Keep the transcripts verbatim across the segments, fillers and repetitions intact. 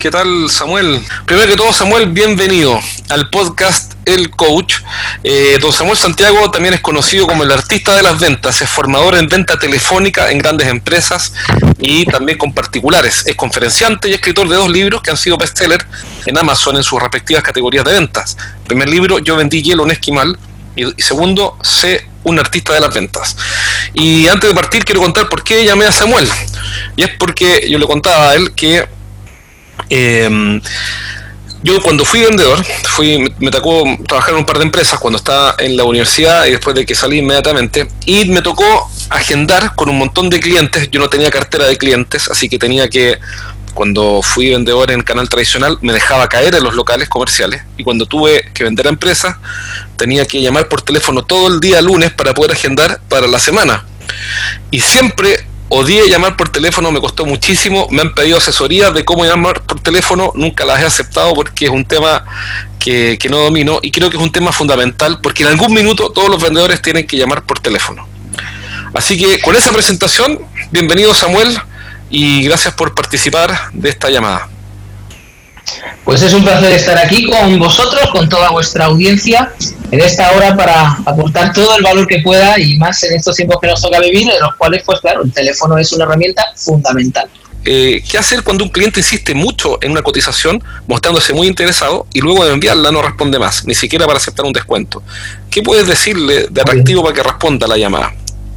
¿Qué tal, Samuel? Primero que todo, Samuel, bienvenido al podcast El Coach. Eh, don Samuel Santiago también es conocido como el artista de las ventas, es formador en venta telefónica en grandes empresas y también con particulares. Es conferenciante y escritor de dos libros que han sido bestseller en Amazon en sus respectivas categorías de ventas. El primer libro, Yo vendí hielo, un esquimal, y, y segundo, Sé un artista de las ventas. Y antes de partir quiero contar por qué llamé a Samuel. Y es porque yo le contaba a él que eh, yo cuando fui vendedor, fui, me, me tocó trabajar en un par de empresas cuando estaba en la universidad y después de que salí inmediatamente, y me tocó agendar con un montón de clientes. Yo no tenía cartera de clientes, así que tenía que, cuando fui vendedor en canal tradicional, me dejaba caer en los locales comerciales, y cuando tuve que vender a empresas, tenía que llamar por teléfono todo el día lunes para poder agendar para la semana. Y siempre odié llamar por teléfono, me costó muchísimo, me han pedido asesorías de cómo llamar por teléfono, nunca las he aceptado porque es un tema que, que no domino, y creo que es un tema fundamental porque en algún minuto todos los vendedores tienen que llamar por teléfono. Así que con esa presentación, bienvenido, Samuel, y gracias por participar de esta llamada. Pues es un placer estar aquí con vosotros, con toda vuestra audiencia, en esta hora para aportar todo el valor que pueda, y más en estos tiempos que nos toca vivir, en los cuales, pues claro, el teléfono es una herramienta fundamental. Eh, ¿Qué hacer cuando un cliente insiste mucho en una cotización, mostrándose muy interesado, y luego de enviarla no responde más, ni siquiera para aceptar un descuento? ¿Qué puedes decirle de atractivo para que responda a la llamada?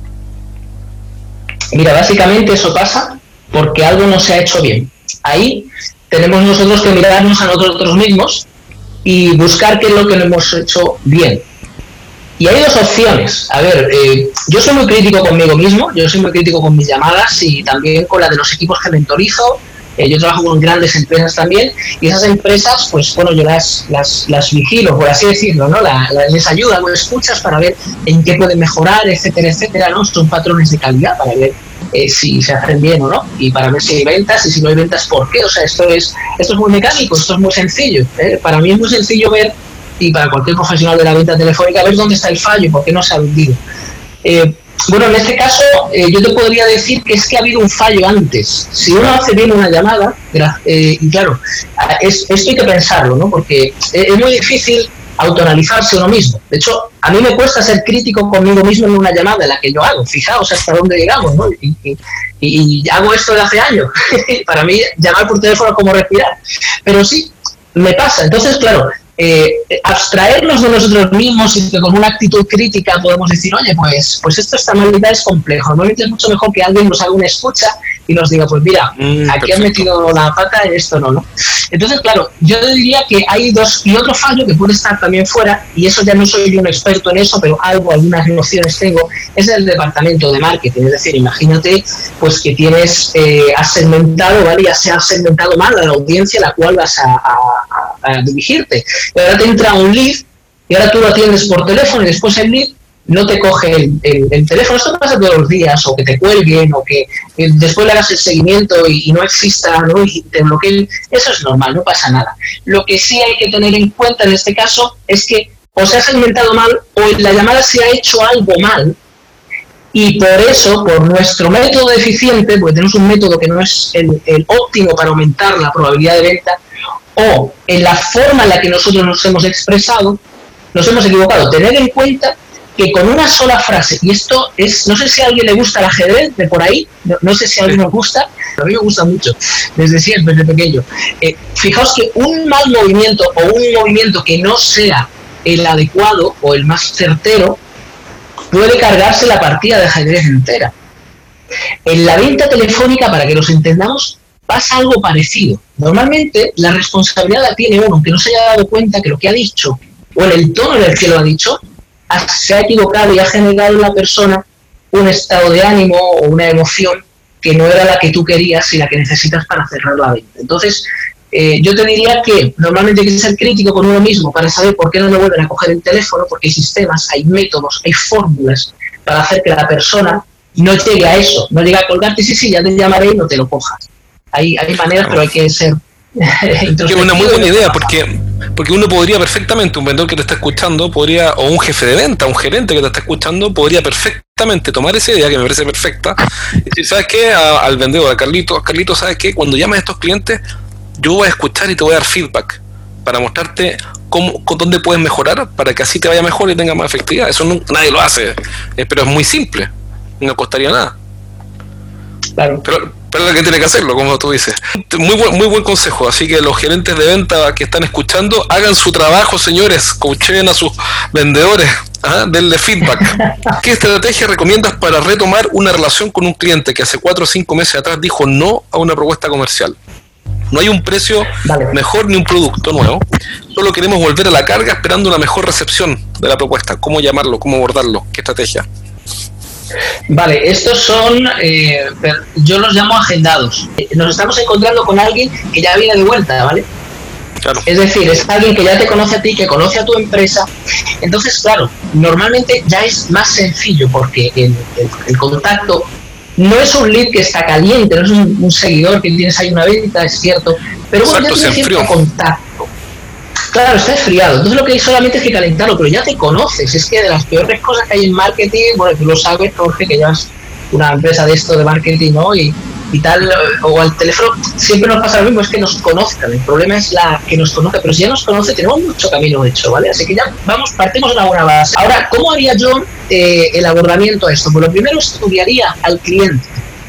Mira, básicamente eso pasa porque algo no se ha hecho bien. Ahí tenemos nosotros que mirarnos a nosotros mismos y buscar qué es lo que no hemos hecho bien. Y hay dos opciones. A ver, eh, yo soy muy crítico conmigo mismo, yo soy muy crítico con mis llamadas y también con la de los equipos que mentorizo. Eh, yo trabajo con grandes empresas también, y esas empresas, pues bueno, yo las las, las vigilo, por así decirlo, ¿no? La, la, les ayudo, hago escuchas para ver en qué pueden mejorar, etcétera, etcétera, ¿no? Son patrones de calidad para ver Eh, si se hacen bien o no, y para ver si hay ventas, y si no hay ventas, ¿por qué? O sea, esto es esto es muy mecánico, esto es muy sencillo, ¿eh? Para mí es muy sencillo ver, y para cualquier profesional de la venta telefónica, ver dónde está el fallo y por qué no se ha vendido. Eh, bueno, en este caso, eh, yo te podría decir que es que ha habido un fallo antes. Si uno hace bien una llamada, eh, y claro, es, esto hay que pensarlo, ¿no? Porque es muy difícil autoanalizarse uno mismo. De hecho, a mí me cuesta ser crítico conmigo mismo en una llamada en la que yo hago. Fijaos hasta dónde llegamos, ¿no? Y, y, y hago esto de hace años. Para mí, llamar por teléfono es como respirar. Pero sí, me pasa. Entonces, claro, eh, abstraernos de nosotros mismos y que con una actitud crítica podemos decir, oye, pues, pues esto, esta maldita es complejo. Normalmente es mucho mejor que alguien nos haga una escucha y nos diga, pues mira, mm, aquí perfecto. Has metido la pata y esto no, ¿no? Entonces, claro, yo diría que hay dos, y otro fallo que puede estar también fuera, y eso ya no soy yo un experto en eso, pero algo, algunas nociones tengo, es el departamento de marketing. Es decir, imagínate pues que tienes, eh, has segmentado, ¿vale? Ya se ha segmentado mal a la audiencia a la cual vas a, a, a, a dirigirte. Y ahora te entra un lead, y ahora tú lo atiendes por teléfono, y después el lead no te coge el, el, el teléfono. Esto pasa todos los días, o que te cuelguen, o que eh, después le hagas el seguimiento y, y no exista, ¿no? Y te bloqueen. Eso es normal, no pasa nada. Lo que sí hay que tener en cuenta en este caso es que o se ha segmentado mal, o en la llamada se ha hecho algo mal, y por eso, por nuestro método deficiente, porque tenemos un método que no es el, el óptimo para aumentar la probabilidad de venta, o en la forma en la que nosotros nos hemos expresado, nos hemos equivocado. Tener en cuenta que con una sola frase, y esto es, no sé si a alguien le gusta el ajedrez de por ahí, no, no sé si a alguien nos gusta, pero a mí me gusta mucho, desde siempre, desde pequeño. Eh, fijaos que un mal movimiento, o un movimiento que no sea el adecuado o el más certero, puede cargarse la partida de ajedrez entera. En la venta telefónica, para que nos entendamos, pasa algo parecido. Normalmente la responsabilidad la tiene uno, aunque no se haya dado cuenta que lo que ha dicho, o en el tono en el que lo ha dicho, se ha equivocado y ha generado en la persona un estado de ánimo o una emoción que no era la que tú querías y la que necesitas para cerrar la venta. Entonces, eh, yo te diría que normalmente hay que ser crítico con uno mismo para saber por qué no le vuelven a coger el teléfono, porque hay sistemas, hay métodos, hay fórmulas para hacer que la persona no llegue a eso, no llegue a colgarte, sí, sí, ya te llamaré y no te lo cojas. Hay, hay maneras, pero hay que ser Es una muy buena idea, porque porque uno podría perfectamente, un vendedor que te está escuchando podría, o un jefe de venta, un gerente que te está escuchando, podría perfectamente tomar esa idea, que me parece perfecta, y decir, ¿sabes qué? A, al vendedor, a Carlito, Carlito, ¿sabes qué? Cuando llames a estos clientes, yo voy a escuchar y te voy a dar feedback para mostrarte cómo, con dónde puedes mejorar para que así te vaya mejor y tenga más efectividad. Eso no, nadie lo hace, eh, pero es muy simple, no costaría nada. Claro. Pero, pero alguien tiene que hacerlo, como tú dices. Muy buen, muy buen consejo, así que los gerentes de venta que están escuchando, hagan su trabajo, señores, coachen a sus vendedores, ¿ah? Denle feedback. ¿Qué estrategia recomiendas para retomar una relación con un cliente que hace cuatro o cinco meses atrás dijo no a una propuesta comercial? No hay un precio vale. mejor ni un producto nuevo, solo queremos volver a la carga esperando una mejor recepción de la propuesta. ¿Cómo llamarlo? ¿Cómo abordarlo? ¿Qué estrategia? Vale, estos son, eh, yo los llamo agendados. Nos estamos encontrando con alguien que ya viene de vuelta, ¿vale? Claro. Es decir, es alguien que ya te conoce a ti, que conoce a tu empresa. Entonces, claro, normalmente ya es más sencillo porque el, el, el contacto no es un lead que está caliente, no es un, un seguidor que tienes ahí una venta, es cierto, pero bueno, Exacto, ya tienes cierto contacto. Claro, está enfriado, entonces lo que hay solamente es que calentarlo, pero ya te conoces. Es que de las peores cosas que hay en marketing, bueno, tú lo sabes, Jorge, que llevas una empresa de esto de marketing, ¿no? Y, y tal, o al teléfono, siempre nos pasa lo mismo, es que nos conozcan. El problema es la que nos conozca, pero si ya nos conoce, tenemos mucho camino hecho, ¿vale? Así que ya vamos, partimos de una buena base. Ahora, ¿cómo haría yo eh, el abordamiento a esto? Pues lo primero, estudiaría al cliente.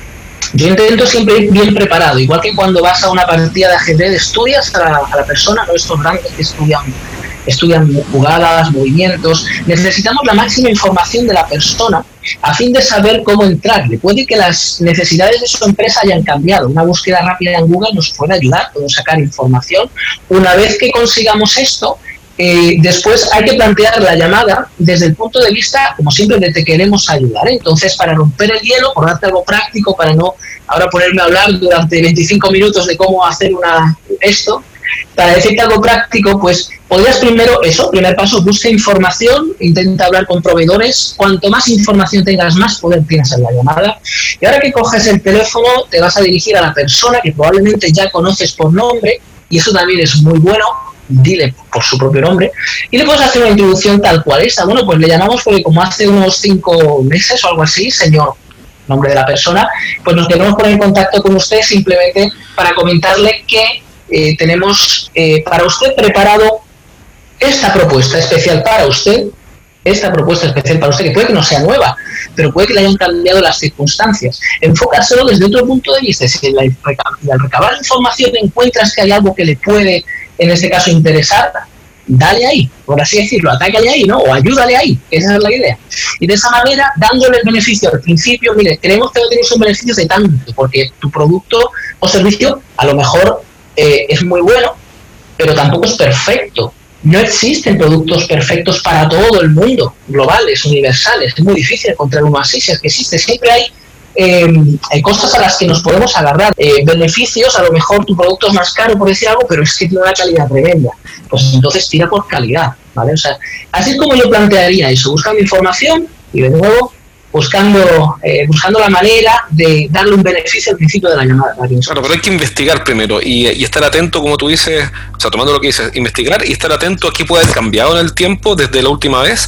Yo intento siempre ir bien preparado, igual que cuando vas a una partida de ajedrez, estudias a la, a la persona, no estos grandes que estudian, estudian jugadas, movimientos. Necesitamos la máxima información de la persona a fin de saber cómo entrarle. Puede que las necesidades de su empresa hayan cambiado. Una búsqueda rápida en Google nos puede ayudar, podemos sacar información. Una vez que consigamos esto, Eh, después hay que plantear la llamada desde el punto de vista, como siempre, de te queremos ayudar, ¿eh? Entonces, para romper el hielo, por darte algo práctico, para no ahora ponerme a hablar durante veinticinco minutos de cómo hacer una esto, para decirte algo práctico, pues podrías primero, eso, primer paso, busca información, intenta hablar con proveedores. Cuanto más información tengas, más poder tienes en la llamada. Y ahora que coges el teléfono, te vas a dirigir a la persona que probablemente ya conoces por nombre, y eso también es muy bueno. Dile por su propio nombre y le puedes hacer una introducción tal cual esta. Bueno, pues le llamamos porque como hace unos cinco meses o algo así, señor, nombre de la persona, pues nos queremos poner en contacto con usted simplemente para comentarle que eh, tenemos eh, para usted preparado esta propuesta especial para usted, esta propuesta especial para usted, que puede que no sea nueva, pero puede que le hayan cambiado las circunstancias. Enfócaselo desde otro punto de vista. Si al recabar información encuentras que hay algo que le puede, en este caso, interesar, dale ahí, por así decirlo, atácale ahí, ¿no? O ayúdale ahí, esa es la idea. Y de esa manera, dándole el beneficio al principio, mire, creemos que no tienes un beneficio de tanto, porque tu producto o servicio a lo mejor eh, es muy bueno, pero tampoco es perfecto. No existen productos perfectos para todo el mundo, globales, universales. Es muy difícil encontrar uno así, si es que existe. Siempre hay Eh, hay cosas a las que nos podemos agarrar, eh, beneficios. A lo mejor tu producto es más caro, por decir algo, pero es que tiene una calidad tremenda, pues entonces tira por calidad, ¿vale? O sea, así es como yo plantearía eso, buscando información y de nuevo buscando eh, buscando la manera de darle un beneficio al principio de la llamada. Claro, pero hay que investigar primero y, y estar atento, como tú dices, o sea, tomando lo que dices, investigar y estar atento a qué puede haber cambiado en el tiempo desde la última vez.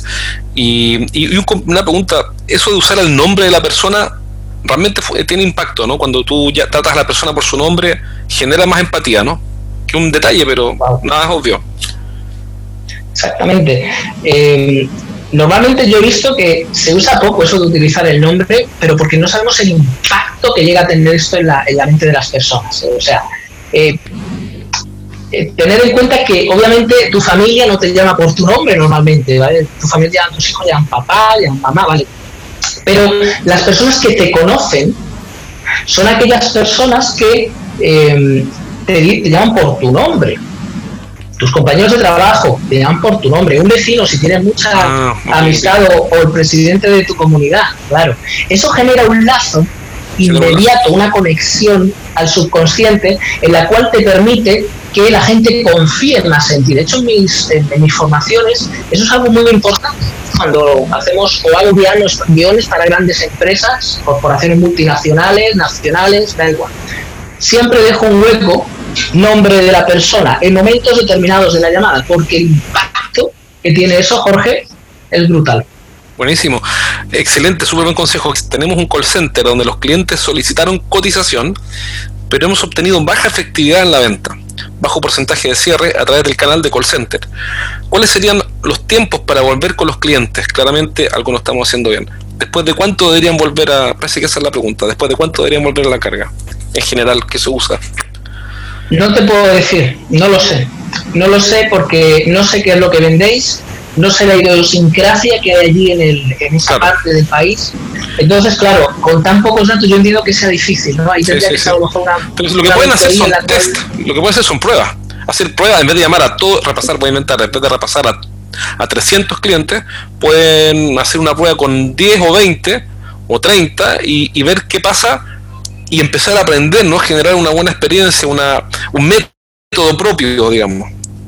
Y, y, y un, una pregunta, eso de usar el nombre de la persona realmente fue, tiene impacto, ¿no? Cuando tú ya tratas a la persona por su nombre, genera más empatía, ¿no? Que un detalle, pero wow, nada es obvio. Exactamente. Eh, normalmente yo he visto que se usa poco eso de utilizar el nombre, pero porque no sabemos el impacto que llega a tener esto en la, en la mente de las personas. O sea, eh, eh, tener en cuenta que obviamente tu familia no te llama por tu nombre normalmente, ¿vale? Tu familia, tus hijos llaman papá, llaman mamá, ¿vale? Pero las personas que te conocen son aquellas personas que eh, te, te llaman por tu nombre. Tus compañeros de trabajo te llaman por tu nombre. Un vecino, si tienes mucha ah, amistad, o, o el presidente de tu comunidad, claro. Eso genera un lazo inmediato, una conexión al subconsciente en la cual te permite que la gente confíe más en ti. De hecho, en mis, en, en mis formaciones, eso es algo muy importante. Cuando hacemos o hago guiones, guiones para grandes empresas, corporaciones multinacionales, nacionales, da igual. Siempre dejo un hueco, nombre de la persona, en momentos determinados de la llamada, porque el impacto que tiene eso, Jorge, es brutal. Buenísimo, excelente, súper buen consejo. Tenemos un call center donde los clientes solicitaron cotización, pero hemos obtenido baja efectividad en la venta. bajo porcentaje de cierre a través del canal de call center. ¿Cuáles serían los tiempos para volver con los clientes? Claramente algo no estamos haciendo bien. ¿Después de cuánto deberían volver a...? Parece que esa es la pregunta. ¿Después de cuánto deberían volver a la carga? En general, ¿qué se usa? No te puedo decir, no lo sé. No lo sé porque no sé qué es lo que vendéis, no sé la idiosincrasia que hay allí en, el, en esa claro. parte del país. Entonces, claro, con tan pocos datos yo entiendo que sea difícil, ¿no? Ahí tendría sí, sí, que ser a lo mejor una... Pero lo que pueden hacer son test, cual... lo que pueden hacer son pruebas. Hacer pruebas, en vez de llamar a todo, repasar, voy a inventar, en vez de repasar a, a trescientos clientes, pueden hacer una prueba con diez o veinte o treinta y, y ver qué pasa y empezar a aprender, ¿no? Generar una buena experiencia, una un método propio, digamos.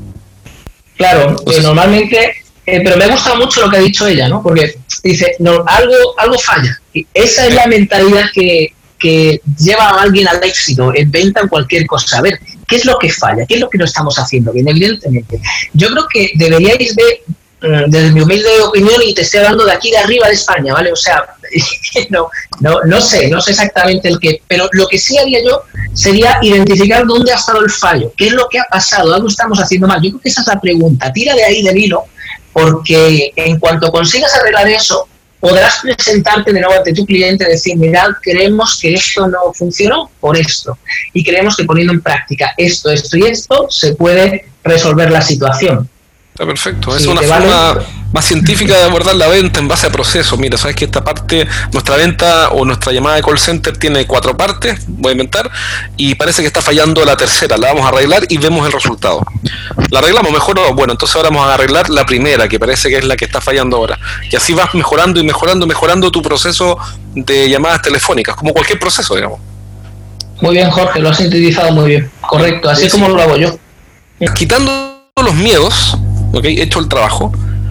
Claro, Entonces, eh, normalmente, eh, pero me gusta mucho lo que ha dicho ella, ¿no? Porque dice, no, algo, algo falla. Y esa es la mentalidad que, que lleva a alguien al éxito en venta en cualquier cosa. A ver, ¿qué es lo que falla? ¿Qué es lo que no estamos haciendo bien? Evidentemente. Yo creo que deberíais de, desde mi humilde opinión, y te estoy hablando de aquí de arriba de España, ¿vale? O sea, no, no, no sé, no sé exactamente el qué, pero lo que sí haría yo sería identificar dónde ha estado el fallo, qué es lo que ha pasado, algo estamos haciendo mal. Yo creo que esa es la pregunta. Tira de ahí del hilo, porque en cuanto consigas arreglar eso, podrás presentarte de nuevo ante tu cliente y decir, mirad, creemos que esto no funcionó por esto, y creemos que poniendo en práctica esto, esto y esto, se puede resolver la situación. Está perfecto, es sí, una forma vale. más científica de abordar la venta en base a procesos. Mira, sabes que esta parte, nuestra venta o nuestra llamada de call center tiene cuatro partes, voy a inventar, y parece que está fallando la tercera, la vamos a arreglar y vemos el resultado. La arreglamos mejor, bueno, entonces ahora vamos a arreglar la primera, que parece que es la que está fallando ahora. Y así vas mejorando y mejorando, mejorando tu proceso de llamadas telefónicas, como cualquier proceso, digamos. Muy bien, Jorge, lo has sintetizado muy bien, correcto, así sí, como sí. lo hago yo. Quitando los miedos, ¿okay? Hecho el trabajo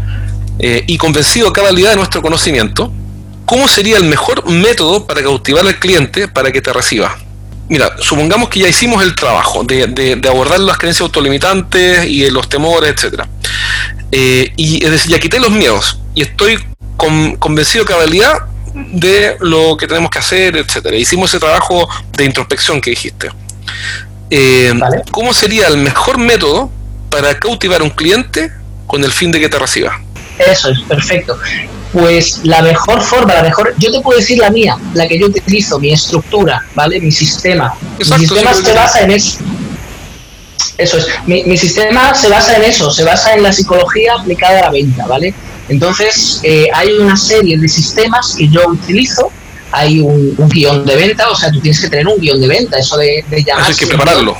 eh, y convencido a cabalidad de nuestro conocimiento, ¿cómo sería el mejor método para cautivar al cliente para que te reciba? Mira, supongamos que ya hicimos el trabajo de, de, de abordar las creencias autolimitantes y los temores, etcétera. Eh, y es decir, ya quité los miedos y estoy con, convencido a cabalidad de lo que tenemos que hacer, etcétera. Hicimos ese trabajo de introspección que dijiste. Eh, ¿Vale? ¿Cómo sería el mejor método para cautivar a un cliente con el fin de que te reciba? Eso es, perfecto. Pues la mejor forma, la mejor, yo te puedo decir la mía, la que yo utilizo, mi estructura, ¿vale? Mi sistema. Exacto, mi sistema sí, se basa en eso. Eso es. Mi, mi sistema se basa en eso, se basa en la psicología aplicada a la venta, ¿vale? Entonces, eh, hay una serie de sistemas que yo utilizo. Hay un, un guión de venta, o sea, tú tienes que tener un guión de venta, eso de, de llamar. Eso hay que prepararlo.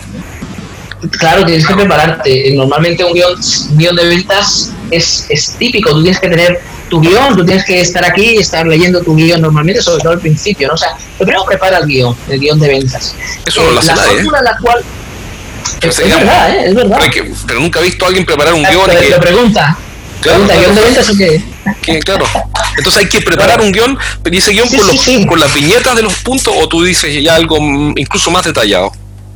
Claro, tienes que prepararte. Normalmente un guión, un guión de ventas es, es típico. Tú tienes que tener tu guión, tú tienes que estar aquí y estar leyendo tu guión normalmente, sobre todo al principio, ¿no? O sea, primero prepara el guión, el guión de ventas. Eso no eh, lo hace la nadie, fórmula ¿eh? en la cual... Es, es verdad, ¿eh? Es verdad. Que, pero nunca he visto a alguien preparar un claro, guión. Pero que... te pregunta, claro, pregunta, ¿guión de ventas o qué? Que, claro, entonces hay que preparar un guión, pero ese guión sí, con, los, sí, sí. con las viñetas de los puntos, o tú dices ya algo incluso más detallado.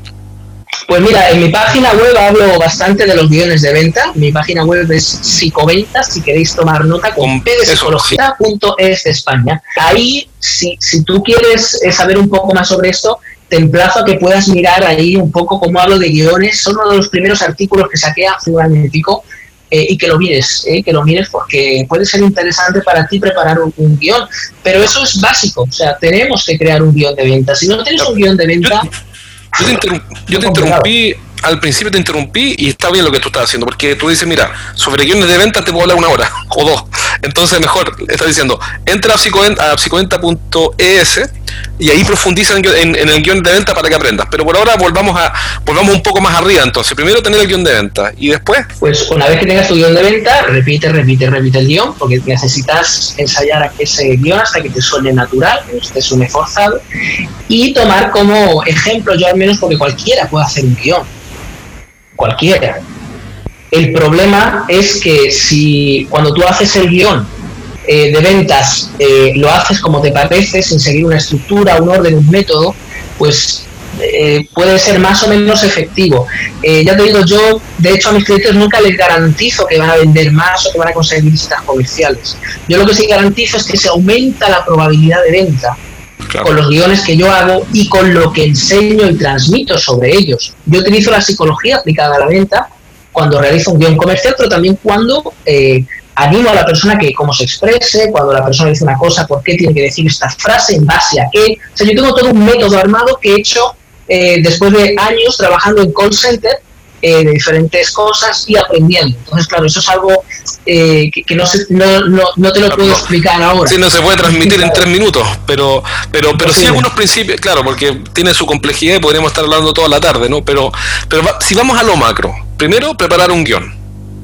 Pues mira, en mi página web hablo bastante de los guiones de venta. Mi página web es Psicoventas, si queréis tomar nota, con p de psicología punto es de España. Ahí, si, si tú quieres saber un poco más sobre esto, te emplazo a que puedas mirar ahí un poco cómo hablo de guiones. Son uno de los primeros artículos que saqué hace un año y pico. Eh, y que lo mires, eh, que lo mires porque puede ser interesante para ti preparar un, un guión, pero eso es básico, o sea, tenemos que crear un guión de venta. Si no tienes un guión de venta... Yo, yo te, interrum- yo te interrumpí, al principio te interrumpí y está bien lo que tú estás haciendo, porque tú dices, mira, sobre guiones de venta te puedo hablar una hora o dos, entonces mejor, estás diciendo, entra a psicoventa punto e s y ahí profundiza en, en, en el guión de venta para que aprendas, pero por ahora volvamos a volvamos un poco más arriba. Entonces, primero tener el guión de venta y después... Pues una vez que tengas tu guión de venta, repite, repite, repite el guión, porque necesitas ensayar ese guión hasta que te suene natural, que no te suene forzado, y tomar como ejemplo, yo al menos, porque cualquiera puede hacer un guión, cualquiera. El problema es que si cuando tú haces el guión eh, de ventas eh, lo haces como te parece, sin seguir una estructura, un orden, un método, pues eh, puede ser más o menos efectivo. Eh, ya te digo, yo de hecho a mis clientes nunca les garantizo que van a vender más o que van a conseguir visitas comerciales. Yo lo que sí garantizo es que se aumenta la probabilidad de venta. claro. Con los guiones que yo hago y con lo que enseño y transmito sobre ellos. Yo utilizo la psicología aplicada a la venta cuando realizo un guión comercial, pero también cuando eh, animo a la persona que cómo se exprese, cuando la persona dice una cosa, por qué tiene que decir esta frase, en base a qué. O sea, yo tengo todo un método armado que he hecho eh, después de años trabajando en call center, eh, de diferentes cosas y aprendiendo. Entonces, claro, eso es algo eh, que, que no, se, no, no, no te lo puedo explicar ahora. Sí, no se puede transmitir en tres minutos, pero pero pero sí algunos principios, claro, porque tiene su complejidad y podríamos estar hablando toda la tarde, ¿no? Pero, pero va, si vamos a lo macro, primero preparar un guión.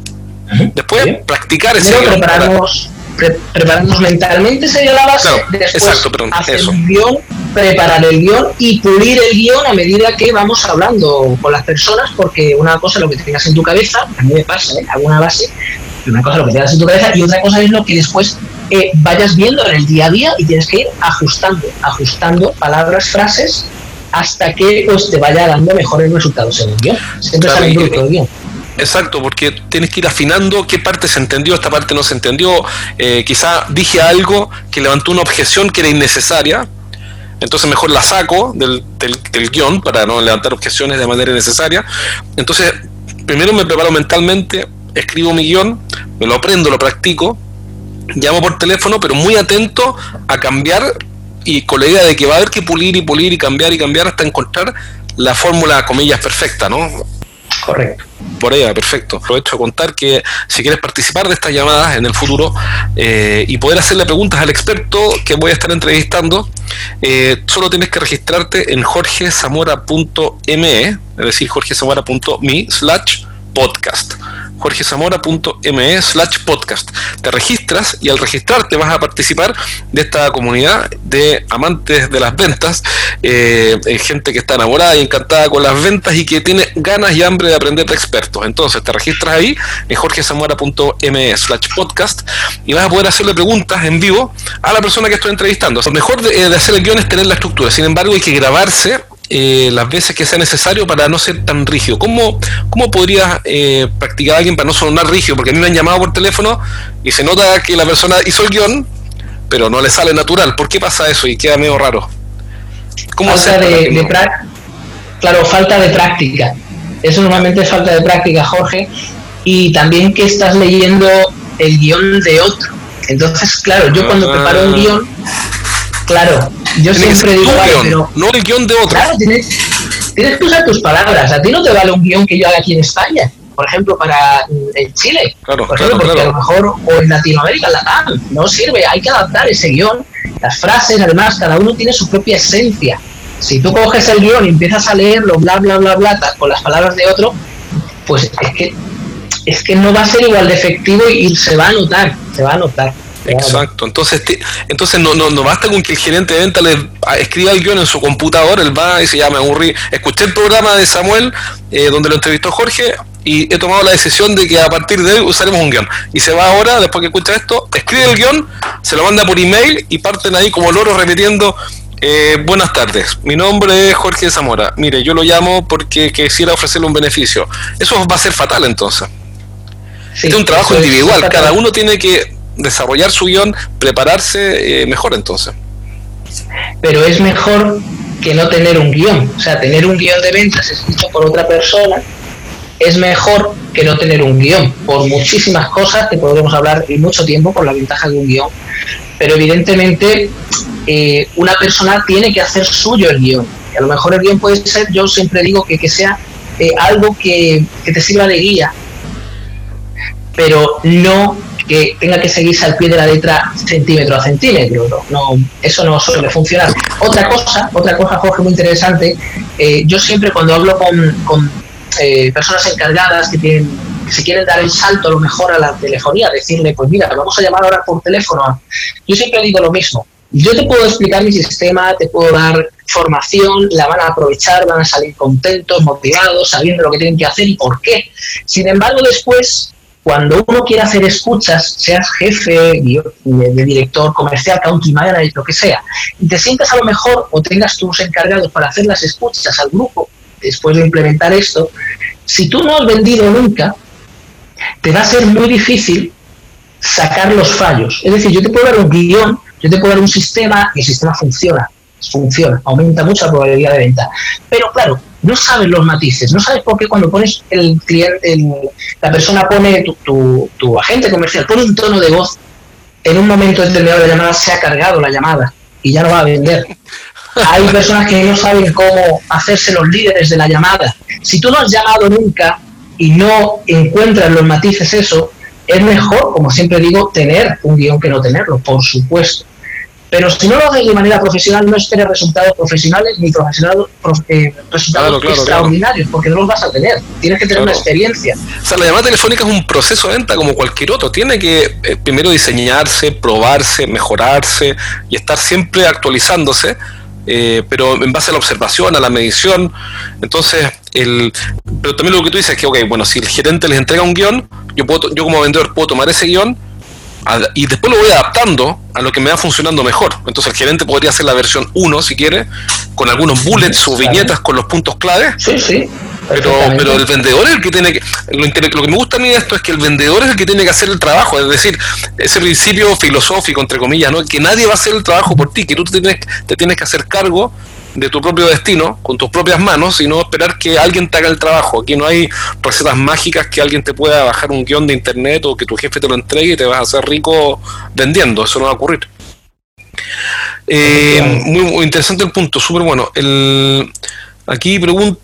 Después ¿sí? practicar ese guión. Prepararnos, pre prepararnos mentalmente sería la base. Claro, después exacto, perdón, hacer eso. un guión, preparar el guión y pulir el guión a medida que vamos hablando con las personas, porque una cosa es lo que tengas en tu cabeza, a mí me pasa, ¿eh? Alguna base, una cosa es lo que tengas en tu cabeza y otra cosa es lo que después eh, vayas viendo en el día a día y tienes que ir ajustando, ajustando palabras, frases, hasta que pues te vaya dando mejores resultados en el guión. Siempre claro, sale un grupo de guión. Exacto, porque tienes que ir afinando qué parte se entendió, esta parte no se entendió, eh, quizá dije algo que levantó una objeción que era innecesaria, entonces mejor la saco del, del, del guión para no levantar objeciones de manera innecesaria. Entonces primero me preparo mentalmente, escribo mi guión, me lo aprendo, lo practico, llamo por teléfono, pero muy atento a cambiar y con la idea de que va a haber que pulir y pulir y cambiar y cambiar hasta encontrar la fórmula, comillas, perfecta, ¿no? Correcto. Por ella, perfecto. Aprovecho a contar que si quieres participar de estas llamadas en el futuro eh, y poder hacerle preguntas al experto que voy a estar entrevistando, eh, solo tienes que registrarte en jorge zamora punto me, es decir, jorge zamora punto me slash podcast. jorge zamora punto me slash podcast. Te registras y al registrarte vas a participar de esta comunidad de amantes de las ventas, eh, gente que está enamorada y encantada con las ventas y que tiene ganas y hambre de aprender de expertos. Entonces te registras ahí en jorge zamora punto me slash podcast y vas a poder hacerle preguntas en vivo a la persona que estoy entrevistando. Lo mejor de, de hacer el guión es tener la estructura, sin embargo hay que grabarse Eh, las veces que sea necesario para no ser tan rígido. ¿Cómo, cómo podrías eh, practicar a alguien para no sonar rígido? Porque a mí me han llamado por teléfono y se nota que la persona hizo el guión, pero no le sale natural. ¿Por qué pasa eso? Y queda medio raro. ¿Cómo falta de, de pra- Claro, falta de práctica. Eso normalmente es falta de práctica, Jorge. Y también que estás leyendo el guión de otro. Entonces, claro, yo cuando ah. preparo un guión, claro, yo Tiene siempre digo, vale, pero no el guión de otro. Claro, tienes, tienes que usar tus palabras. A ti no te vale un guión que yo haga aquí en España, por ejemplo, para en Chile, claro, por ejemplo, claro, porque claro. a lo mejor, o en Latinoamérica, Latam, no sirve, hay que adaptar ese guión, las frases, además, cada uno tiene su propia esencia. Si tú coges el guión y empiezas a leerlo, bla, bla, bla, bla, con las palabras de otro, pues es que, es que no va a ser igual de efectivo y se va a notar, se va a notar. Exacto, entonces te, entonces no, no, no basta con que el gerente de venta le escriba el guión en su computador, él va y dice, ya me aburrí, escuché el programa de Samuel eh, donde lo entrevistó Jorge y he tomado la decisión de que a partir de hoy usaremos un guión, y se va ahora, después que escucha esto, escribe el guión, se lo manda por email y parten ahí como loros repitiendo eh, buenas tardes, mi nombre es Jorge Zamora, mire, yo lo llamo porque quisiera ofrecerle un beneficio. Eso va a ser fatal entonces. Sí, este es un trabajo individual, cada uno tiene que desarrollar su guión, prepararse eh, mejor entonces. Pero es mejor que no tener un guión, o sea, tener un guión de ventas escrito por otra persona es mejor que no tener un guión, por muchísimas cosas que podremos hablar en mucho tiempo por la ventaja de un guión, pero evidentemente eh, una persona tiene que hacer suyo el guión, y a lo mejor el guión puede ser, yo siempre digo que, que sea eh, algo que, que te sirva de guía, pero no que tenga que seguirse al pie de la letra centímetro a centímetro, no, no, eso no suele funcionar. Otra cosa, otra cosa, Jorge, muy interesante, eh, yo siempre cuando hablo con, con eh, personas encargadas que tienen, que se quieren dar el salto a lo mejor a la telefonía, decirle, pues mira, vamos a llamar ahora por teléfono, yo siempre digo lo mismo, yo te puedo explicar mi sistema, te puedo dar formación, la van a aprovechar, van a salir contentos, motivados, sabiendo lo que tienen que hacer y por qué. Sin embargo, después, cuando uno quiere hacer escuchas, seas jefe de director comercial, country manager, lo que sea, y te sientas a lo mejor o tengas tus encargados para hacer las escuchas al grupo, después de implementar esto, si tú no has vendido nunca, te va a ser muy difícil sacar los fallos. Es decir, yo te puedo dar un guión, yo te puedo dar un sistema y el sistema funciona. funciona, aumenta mucho la probabilidad de venta. Pero claro, no sabes los matices, no sabes por qué cuando pones el cliente, el, la persona pone, tu, tu, tu agente comercial pone un tono de voz, en un momento determinado de la llamada se ha cargado la llamada y ya no va a vender. Hay personas que no saben cómo hacerse los líderes de la llamada. Si tú no has llamado nunca y no encuentras los matices, eso, es mejor, como siempre digo, tener un guión que no tenerlo, por supuesto. Pero si no lo haces de manera profesional, no esperes resultados profesionales ni profesionales, eh, resultados claro, claro, extraordinarios, claro. Porque no los vas a tener. Tienes que tener claro. una experiencia. O sea, la llamada telefónica es un proceso de venta como cualquier otro. Tiene que eh, primero diseñarse, probarse, mejorarse y estar siempre actualizándose. Eh, pero en base a la observación, a la medición. Entonces, el, pero también lo que tú dices es que, ok, bueno, si el gerente les entrega un guión, yo, puedo, yo como vendedor puedo tomar ese guión a, y después lo voy adaptando a lo que me va funcionando mejor. Entonces el gerente podría hacer la versión uno, si quiere, con algunos bullets o viñetas con los puntos clave. Sí, sí. Pero, pero el vendedor es el que tiene que... Lo, lo que me gusta a mí de esto es que el vendedor es el que tiene que hacer el trabajo. Es decir, ese principio filosófico, entre comillas, ¿no? Que nadie va a hacer el trabajo por ti, que tú te tienes, te tienes que hacer cargo de tu propio destino con tus propias manos y no esperar que alguien te haga el trabajo. Aquí no hay recetas mágicas que alguien te pueda bajar un guión de internet o que tu jefe te lo entregue y te vas a hacer rico vendiendo. Eso no va a ocurrir. Eh, muy, muy interesante el punto, súper bueno. El, aquí pregunta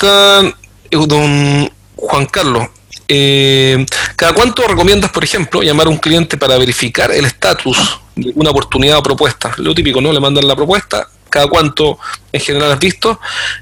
don Juan Carlos, eh, ¿cada cuánto recomiendas, por ejemplo, llamar a un cliente para verificar el estatus de una oportunidad o propuesta? Lo típico, ¿no? Le mandan la propuesta, ¿cada cuánto en general has visto?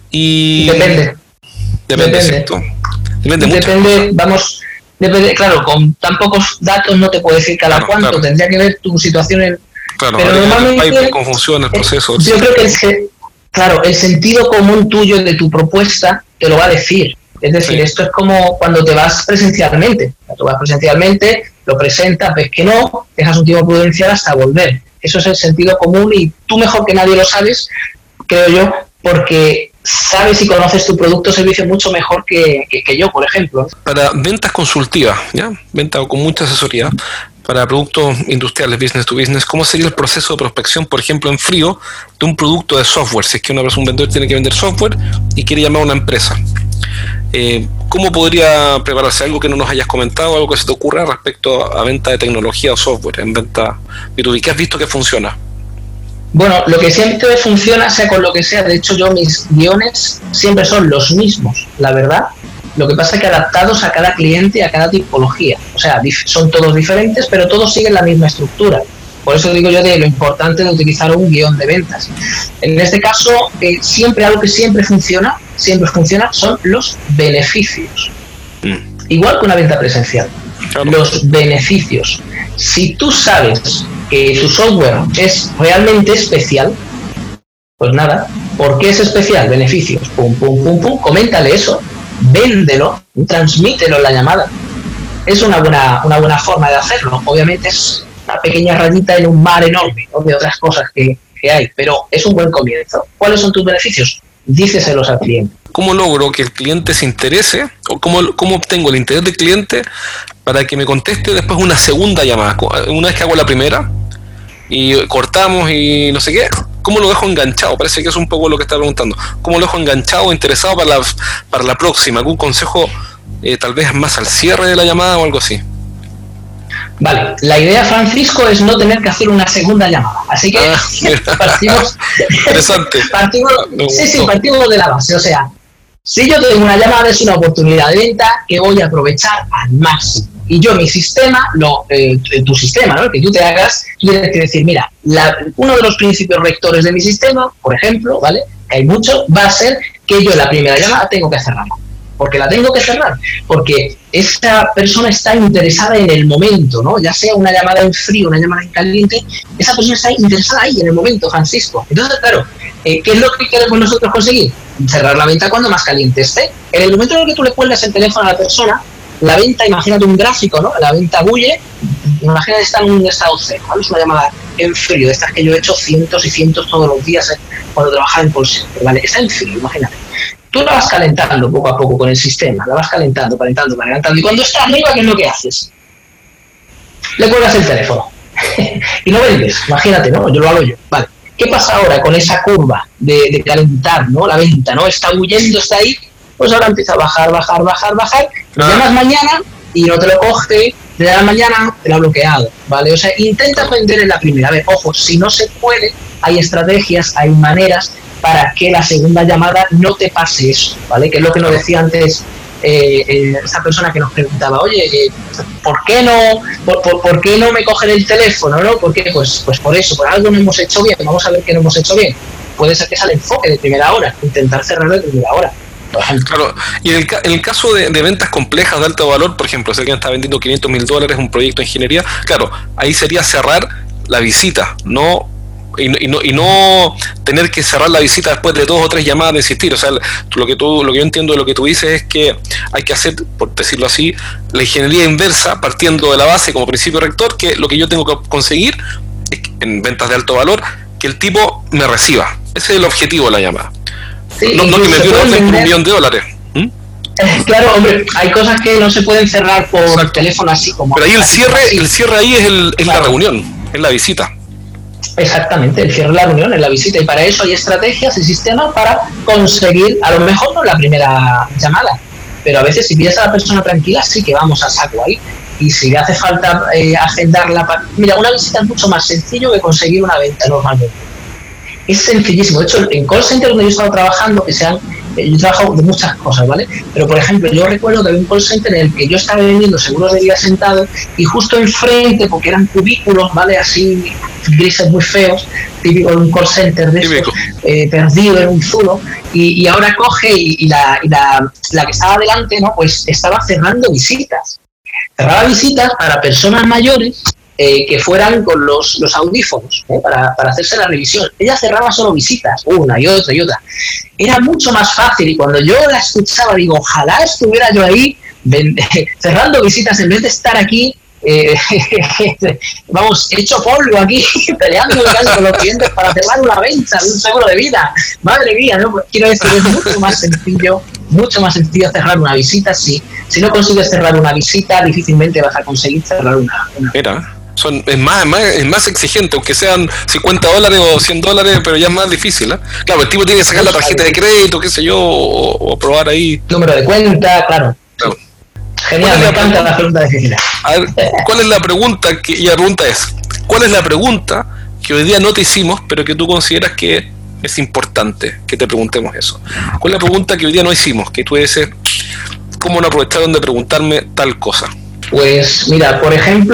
Y depende. Depende, depende. ¿Cierto? Depende mucho. Depende, vamos, depende, claro, con tan pocos datos no te puedo decir cada claro, cuánto, claro. Tendría que ver tu situación en... Claro, pero normalmente, cómo funciona el proceso. Yo creo que el, claro, el sentido común tuyo de tu propuesta te lo va a decir. Es decir, sí. Esto es como cuando te vas presencialmente. Cuando vas presencialmente, lo presentas, ves que no, dejas un tiempo prudencial hasta volver. Eso es el sentido común y tú mejor que nadie lo sabes, creo yo, porque sabes y conoces tu producto o servicio mucho mejor que, que, que yo, por ejemplo. Para ventas consultivas, ¿ya? Venta con mucha asesoría, para productos industriales, business to business, ¿cómo sería el proceso de prospección, por ejemplo, en frío, de un producto de software? Si es que una persona, un vendedor tiene que vender software y quiere llamar a una empresa. Eh, ¿Cómo podría prepararse? ¿Algo que no nos hayas comentado, algo que se te ocurra respecto a venta de tecnología o software en venta B dos B? ¿Qué has visto que funciona? Bueno, lo que siempre funciona, sea con lo que sea, de hecho yo mis guiones siempre son los mismos, la verdad. Lo que pasa es que adaptados a cada cliente y a cada tipología. O sea, son todos diferentes, pero todos siguen la misma estructura. Por eso digo yo de lo importante de utilizar un guión de ventas. En este caso, eh, siempre algo que siempre funciona, siempre funciona, son los beneficios. Mm. Igual que una venta presencial. Claro. Los beneficios. Si tú sabes que tu software es realmente especial, pues nada, ¿por qué es especial? Beneficios, pum, pum, pum, pum, coméntale eso, véndelo, transmítelo en la llamada. Es una buena, una buena forma de hacerlo. Obviamente es una pequeña rayita en un mar enorme, ¿no? De otras cosas que, que hay, pero es un buen comienzo. ¿Cuáles son tus beneficios? Díceselos al cliente. ¿Cómo logro que el cliente se interese? ¿O cómo, cómo obtengo el interés del cliente para que me conteste después una segunda llamada? Una vez que hago la primera y cortamos y no sé qué, ¿cómo lo dejo enganchado? Parece que es un poco lo que está preguntando. ¿Cómo lo dejo enganchado o interesado para la, para la próxima? ¿Algún consejo eh, tal vez más al cierre de la llamada o algo así? Vale, la idea, Francisco, es no tener que hacer una segunda llamada. Así que ah, partimos, interesante. partimos, sí, sí, partimos de la base. O sea, si yo tengo una llamada, es una oportunidad de venta que voy a aprovechar al máximo. Y yo, mi sistema, no, eh, tu sistema, ¿no? El que tú te hagas, tú tienes que decir, mira, la, uno de los principios rectores de mi sistema, por ejemplo, ¿vale? Que hay muchos, va a ser que yo la primera llamada tengo que cerrarla. Porque la tengo que cerrar, porque esa persona está interesada en el momento, ¿no? Ya sea una llamada en frío, una llamada en caliente, esa persona está interesada ahí en el momento, Francisco. Entonces, claro, eh, ¿qué es lo que queremos nosotros conseguir? Cerrar la venta cuando más caliente esté. En el momento en el que tú le cuelgas el teléfono a la persona, la venta, imagínate un gráfico, ¿no? La venta bulle, imagínate está en un estado cero, ¿vale? Es una llamada en frío, de estas que yo he hecho cientos y cientos todos los días cuando trabajaba en call center, ¿vale? Está en frío, imagínate. Tú la vas calentando poco a poco con el sistema, la vas calentando, calentando, calentando, y cuando está arriba, ¿qué es lo que haces? Le cuelgas el teléfono y no vendes, imagínate, ¿no? Yo lo hago yo, vale. ¿Qué pasa ahora con esa curva de, de calentar, ¿no? La venta, ¿no? Está huyendo, está ahí, pues ahora empieza a bajar, bajar, bajar, bajar, lo llamas mañana y no te lo coge, te llamas mañana, te lo ha bloqueado, ¿vale? O sea, intenta vender en la primera. A ver, ojo, si no se puede, hay estrategias, hay maneras para que la segunda llamada no te pase eso, ¿vale? Que es lo que nos decía antes eh, eh, esa persona que nos preguntaba, oye, eh, ¿por qué no por, por, por qué no me cogen el teléfono, no? ¿Por qué? Pues, pues por eso, por algo no hemos hecho bien, vamos a ver qué no hemos hecho bien. Puede ser que sea el enfoque de primera hora, intentar cerrarlo de primera hora. Claro, y en el, en el caso de, de ventas complejas de alto valor, por ejemplo, si alguien está vendiendo quinientos mil dólares un proyecto de ingeniería, claro, ahí sería cerrar la visita, no y, y no y no tener que cerrar la visita después de dos o tres llamadas de insistir. O sea, lo que tú lo que yo entiendo de lo que tú dices es que hay que hacer, por decirlo así, la ingeniería inversa, partiendo de la base como principio rector, que lo que yo tengo que conseguir es que, en ventas de alto valor, que el tipo me reciba. Ese es el objetivo de la llamada. Sí, no, no que me pida un millón de dólares. ¿Mm? Eh, claro, hombre, hay cosas que no se pueden cerrar por Exacto. teléfono así como. Pero ahí el cierre, así. el cierre ahí es, el, es claro. la reunión, es la visita. Exactamente, el cierre de la reunión es la visita, y para eso hay estrategias y sistemas para conseguir, a lo mejor no la primera llamada, pero a veces si pillas a la persona tranquila sí que vamos a saco ahí. Y si le hace falta eh, agendarla, para... mira, una visita es mucho más sencillo que conseguir una venta normalmente. Es sencillísimo. De hecho, en call center donde yo he estado trabajando, que sean, eh, yo he trabajado de muchas cosas, ¿vale? Pero, por ejemplo, yo recuerdo que había un call center en el que yo estaba vendiendo seguros de vida sentado y justo enfrente, porque eran cubículos, ¿vale? Así, grises muy feos, típico de un call center de estos, eh, perdido en un zulo, y, y ahora coge y, y, la, y la, la que estaba delante, ¿no? Pues estaba cerrando visitas. Cerraba visitas para personas mayores Eh, que fueran con los, los audífonos ¿eh? para, para hacerse la revisión. Ella cerraba solo visitas, una y otra y otra. Era mucho más fácil, y cuando yo la escuchaba digo, ojalá estuviera yo ahí vende, cerrando visitas en vez de estar aquí, eh, vamos, hecho polvo aquí, peleando con los clientes para cerrar una venta de un seguro de vida. Madre mía, ¿no? Quiero decir, es mucho más sencillo, mucho más sencillo cerrar una visita. Sí. Si no consigues cerrar una visita, difícilmente vas a conseguir cerrar una, una Mira. Son, es, más, es, más, es más exigente, aunque sean cincuenta dólares o cien dólares, pero ya es más difícil, ¿eh? Claro, el tipo tiene que sacar la tarjeta de crédito, qué sé yo, o, o probar ahí. Número de cuenta, claro. claro. Genial, me encanta la pregunta de Genial. A ver, ¿cuál es la pregunta? Que, y la pregunta es, ¿cuál es la pregunta que hoy día no te hicimos, pero que tú consideras que es importante que te preguntemos eso? ¿Cuál es la pregunta que hoy día no hicimos, que tú dices, ¿cómo no aprovecharon de preguntarme tal cosa? Pues mira, por ejemplo...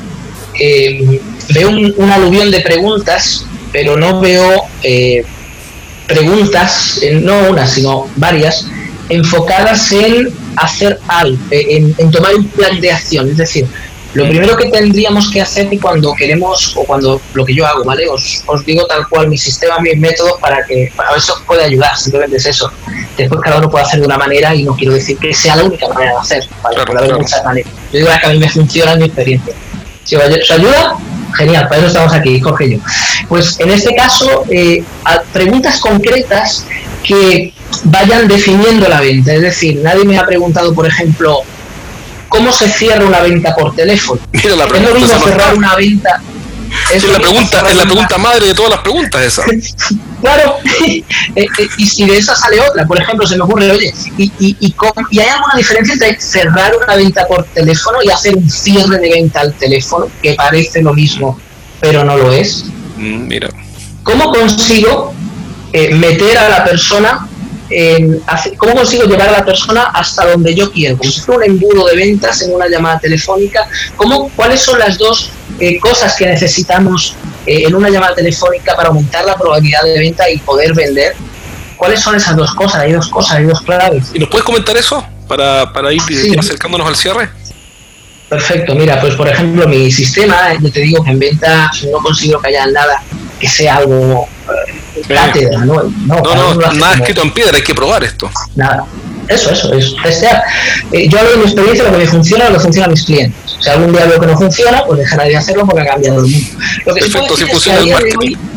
Eh, veo un, un aluvión de preguntas, pero no veo eh, preguntas, eh, no una, sino varias, enfocadas en hacer algo, en, en tomar un plan de acción. Es decir, lo primero que tendríamos que hacer cuando queremos, o cuando lo que yo hago, ¿vale? Os, os digo tal cual mi sistema, mis métodos, para que para eso os pueda ayudar, simplemente es eso. Después cada uno puede hacer de una manera, y no quiero decir que sea la única manera de hacer, ¿vale? Claro, puede haber claro. muchas maneras. Yo digo que a mí me funciona en mi experiencia. Si os ayuda, genial, para eso estamos aquí, Jorge y yo. Pues en este caso, eh, preguntas concretas que vayan definiendo la venta. Es decir, nadie me ha preguntado, por ejemplo, ¿cómo se cierra una venta por teléfono? Mira, la pregunta, es lo mismo cerrar una venta. Es, es la pregunta, es la pregunta madre de todas las preguntas esa. Claro, y si de esa sale otra, por ejemplo, se me ocurre, oye, y, y, y, ¿y hay alguna diferencia entre cerrar una venta por teléfono y hacer un cierre de venta al teléfono, que parece lo mismo, pero no lo es? Mm, mira. ¿Cómo consigo eh, meter a la persona, en, cómo consigo llevar a la persona hasta donde yo quiero? Como si fuera un embudo de ventas en una llamada telefónica. ¿Cómo, ¿Cuáles son las dos eh, cosas que necesitamos eh, en una llamada telefónica para aumentar la probabilidad de venta y poder vender? ¿Cuáles son esas dos cosas? Hay dos cosas, hay dos claves. ¿Y nos puedes comentar eso para, para ir sí. acercándonos al cierre? Perfecto, mira, pues por ejemplo mi sistema, yo te digo que en venta no consigo que haya nada que sea algo eh, cátedra, ¿no? No, no, no, no nada escrito en piedra, hay que probar esto. Nada, eso, eso, es testear. Eh, yo hablo de mi experiencia, lo que me funciona, lo que funciona a mis clientes. Si algún día veo que no funciona, pues dejaré de hacerlo porque ha cambiado el mundo. Lo que Perfecto, si funciona el marketing.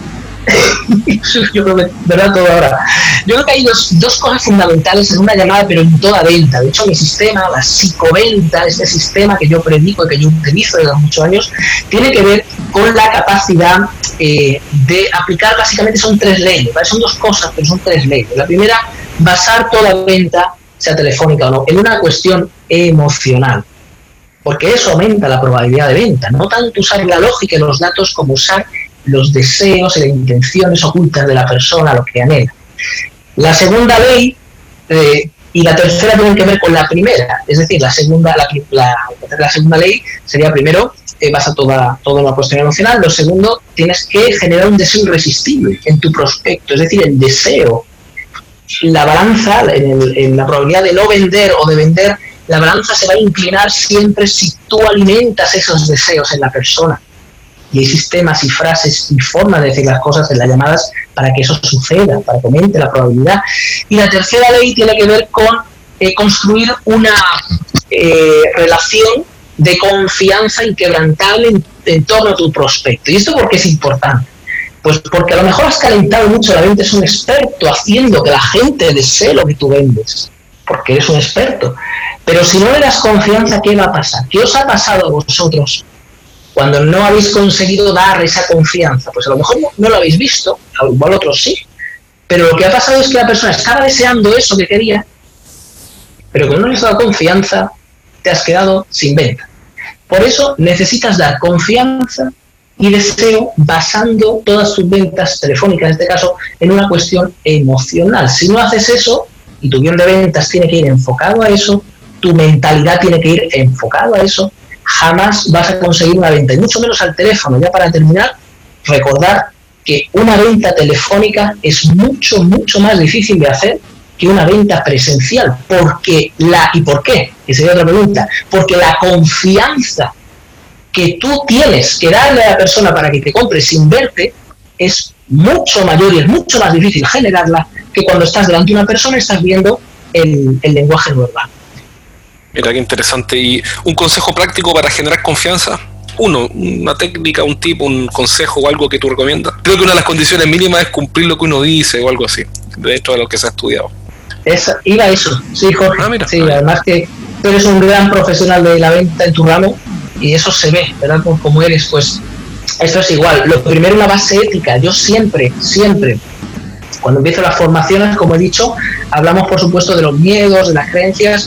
Yo creo que, ¿verdad? Todo ahora. Yo creo que hay dos, dos cosas fundamentales en una llamada, pero en toda venta. De hecho, mi sistema, la psicoventa, este sistema que yo predico y que yo utilizo desde hace muchos años, tiene que ver con la capacidad eh, de aplicar, básicamente son tres leyes, ¿vale? Son dos cosas, pero son tres leyes. La primera, basar toda venta, sea telefónica o no, en una cuestión emocional. Porque eso aumenta la probabilidad de venta. No tanto usar la lógica y los datos como usar los deseos y las intenciones ocultas de la persona, lo que anhela. La segunda ley eh, y la tercera tienen que ver con la primera. Es decir, la segunda, la, la, la segunda ley sería primero, eh, basa toda, toda una cuestión emocional. Lo segundo, tienes que generar un deseo irresistible en tu prospecto. Es decir, el deseo. La balanza, en, el, en la probabilidad de no vender o de vender, la balanza se va a inclinar siempre si tú alimentas esos deseos en la persona. Y hay sistemas y frases y formas de decir las cosas en las llamadas para que eso suceda, para que aumente la probabilidad. Y la tercera ley tiene que ver con eh, construir una eh, relación de confianza inquebrantable en, en torno a tu prospecto. ¿Y esto por qué es importante? Pues porque a lo mejor has calentado mucho la venta, es un experto haciendo que la gente desee lo que tú vendes, porque eres un experto. Pero si no le das confianza, ¿qué va a pasar? ¿Qué os ha pasado a vosotros cuando no habéis conseguido dar esa confianza? Pues a lo mejor no, no lo habéis visto, igual otros sí, pero lo que ha pasado es que la persona estaba deseando eso que quería, pero como no le has dado confianza, te has quedado sin venta. Por eso necesitas dar confianza y deseo basando todas tus ventas telefónicas, en este caso, en una cuestión emocional. Si no haces eso, y tu guión de ventas tiene que ir enfocado a eso, tu mentalidad tiene que ir enfocado a eso, jamás vas a conseguir una venta, y mucho menos al teléfono. Ya para terminar, recordar que una venta telefónica es mucho, mucho más difícil de hacer que una venta presencial. Porque la, ¿y por qué? Que sería otra pregunta. Porque la confianza que tú tienes que darle a la persona para que te compre sin verte es mucho mayor y es mucho más difícil generarla que cuando estás delante de una persona y estás viendo el, el lenguaje no verbal. Mira qué interesante. ¿Y un consejo práctico para generar confianza? Uno, una técnica, un tipo, un consejo o algo que tú recomiendas. Creo que una de las condiciones mínimas es cumplir lo que uno dice o algo así, de hecho de lo que se ha estudiado. Esa, iba a eso, sí, Jorge. Ah, mira. Sí, además que tú eres un gran profesional de la venta en tu ramo y eso se ve, ¿verdad? Como, como eres, pues esto es igual. Lo primero, una base ética. Yo siempre, siempre, cuando empiezo las formaciones, como he dicho, hablamos por supuesto de los miedos, de las creencias,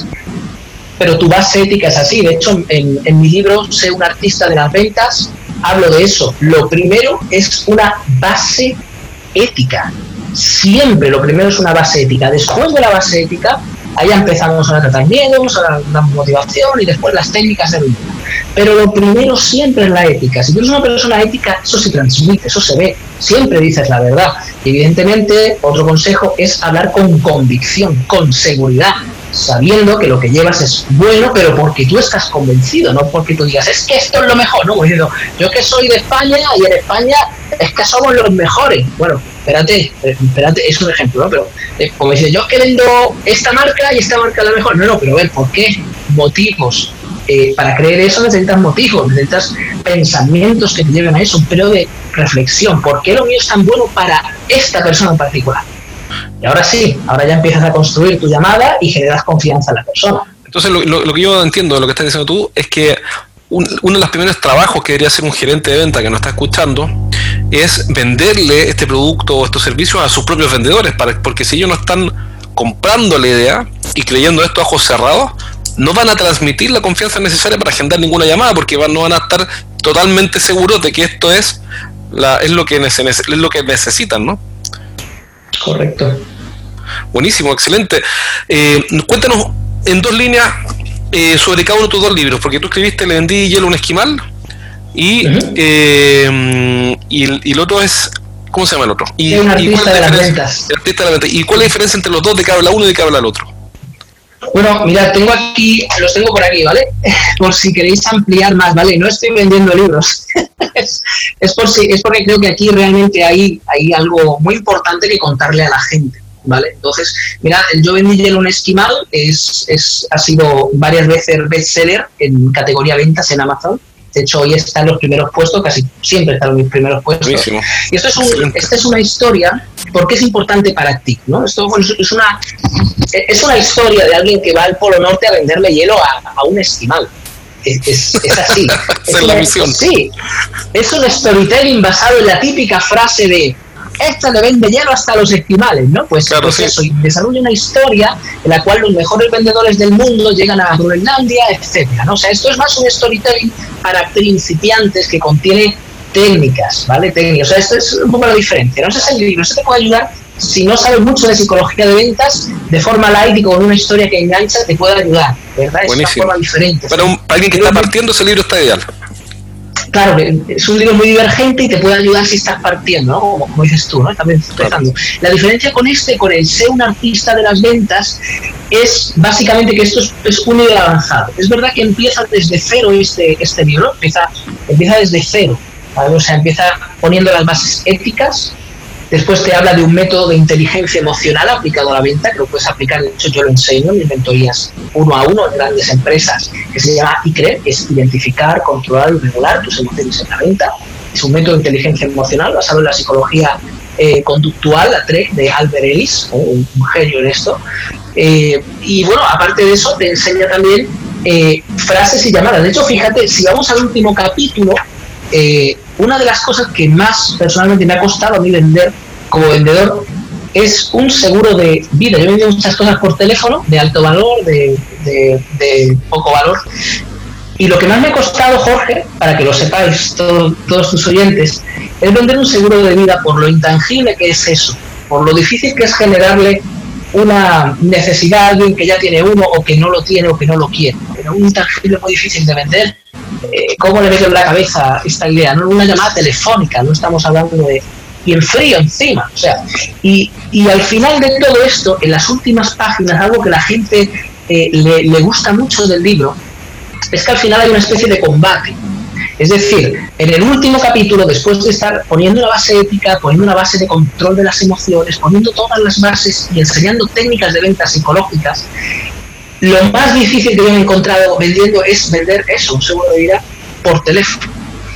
pero tu base ética es así. De hecho, en, en mi libro, Sé un artista de las ventas, hablo de eso. Lo primero es una base ética. Siempre lo primero es una base ética. Después de la base ética, ahí empezamos a tratar miedos, a la motivación y después las técnicas de venta. Pero lo primero siempre es la ética. Si tú eres una persona ética, eso se transmite, eso se ve. Siempre dices la verdad. Y evidentemente, otro consejo es hablar con convicción, con seguridad, sabiendo que lo que llevas es bueno, pero porque tú estás convencido, no porque tú digas, es que esto es lo mejor, no, yo, yo que soy de España y en España es que somos los mejores. Bueno, espérate, espérate, es un ejemplo, ¿no? Pero eh, como dice, yo que vendo esta marca y esta marca es la mejor, no, no, pero a ver, ¿por qué? Motivos. Eh, para creer eso necesitas motivos, necesitas pensamientos que te lleven a eso, un periodo de reflexión. ¿Por qué lo mío es tan bueno para esta persona en particular? Y ahora sí, ahora ya empiezas a construir tu llamada y generas confianza en la persona. Entonces lo, lo, lo que yo entiendo de lo que estás diciendo tú es que un, uno de los primeros trabajos que debería hacer un gerente de venta que nos está escuchando es venderle este producto o estos servicios a sus propios vendedores, para, porque si ellos no están comprando la idea y creyendo esto a ojos cerrados, no van a transmitir la confianza necesaria para agendar ninguna llamada, porque van, no van a estar totalmente seguros de que esto es, la, es, lo, que nece, es lo que necesitan, ¿no? Correcto. Buenísimo, excelente. Eh, cuéntanos en dos líneas eh, sobre cada uno de tus dos libros, porque tú escribiste Le vendí hielo a un esquimal y, uh-huh. eh, y, el, y el otro es, ¿cómo se llama el otro? Y, un artista y cuál es de la las ventas. El artista de la venta. ¿Y cuál es la diferencia entre los dos, de qué habla uno y de qué habla el otro? Bueno, mirad, tengo aquí, los tengo por aquí, ¿vale? Por si queréis ampliar más, ¿vale? No estoy vendiendo libros. es, es, por si, es porque creo que aquí realmente hay, hay algo muy importante que contarle a la gente, ¿vale? Entonces, mirad, el Yo vendí hielo a un esquimal es, es, ha sido varias veces bestseller en categoría ventas en Amazon. De hecho, hoy está en los primeros puestos, casi siempre está en los primeros puestos. Buenísimo. Y esto es un, esta es una historia, porque es importante para ti, ¿no? Esto es una, es una historia de alguien que va al Polo Norte a venderle hielo a, a un esquimal. Es, es, es así. es, es la misión. Sí, es un storytelling basado en la típica frase de esta le vende hielo hasta a los esquimales, ¿no? Pues, claro, pues sí. eso, y desarrolla una historia en la cual los mejores vendedores del mundo llegan a Groenlandia, etcétera, ¿no? O sea, esto es más un storytelling para principiantes que contiene técnicas, ¿vale? Técnicas. O sea, esto es un poco la diferencia, ¿no? Ese es el libro, eso te puede ayudar. Si no sabes mucho de psicología de ventas, de forma light y con una historia que engancha, te puede ayudar, ¿verdad? Es una forma diferente. Para un, alguien que está partiendo, ese libro está ideal. Claro, es un libro muy divergente y te puede ayudar si estás partiendo, ¿no? Como, como dices tú, ¿no? También empezando. Claro. La diferencia con este, con el ser un artista de las ventas, es básicamente que esto es, es un nivel avanzado. Es verdad que empieza desde cero este, este libro, empieza, empieza desde cero, ¿vale? O sea, empieza poniendo las bases éticas. Después te habla de un método de inteligencia emocional aplicado a la venta, que lo puedes aplicar, de hecho yo lo enseño en mis mentorías uno a uno en grandes empresas, que se llama I C R E, que es identificar, controlar y regular tus emociones en la venta. Es un método de inteligencia emocional basado en la psicología eh, conductual, la T R E, de Albert Ellis, un, un genio en esto. Eh, y bueno, aparte de eso, te enseña también eh, frases y llamadas. De hecho, fíjate, si vamos al último capítulo, eh, una de las cosas que más personalmente me ha costado a mí vender como vendedor es un seguro de vida. Yo he vendido muchas cosas por teléfono, de alto valor, de, de, de poco valor, y lo que más me ha costado, Jorge, para que lo sepáis todo, todos tus oyentes, es vender un seguro de vida por lo intangible que es eso, por lo difícil que es generarle una necesidad a alguien que ya tiene uno o que no lo tiene o que no lo quiere. Pero un intangible muy difícil de vender. Eh, ¿Cómo le meto en la cabeza esta idea? No una llamada telefónica, no estamos hablando de... y en frío encima, o sea, y, y al final de todo esto, en las últimas páginas, algo que la gente eh, le, le gusta mucho del libro, es que al final hay una especie de combate. Es decir, en el último capítulo, después de estar poniendo una base ética, poniendo una base de control de las emociones, poniendo todas las bases y enseñando técnicas de ventas psicológicas, lo más difícil que yo he encontrado vendiendo es vender eso, un seguro de vida por teléfono,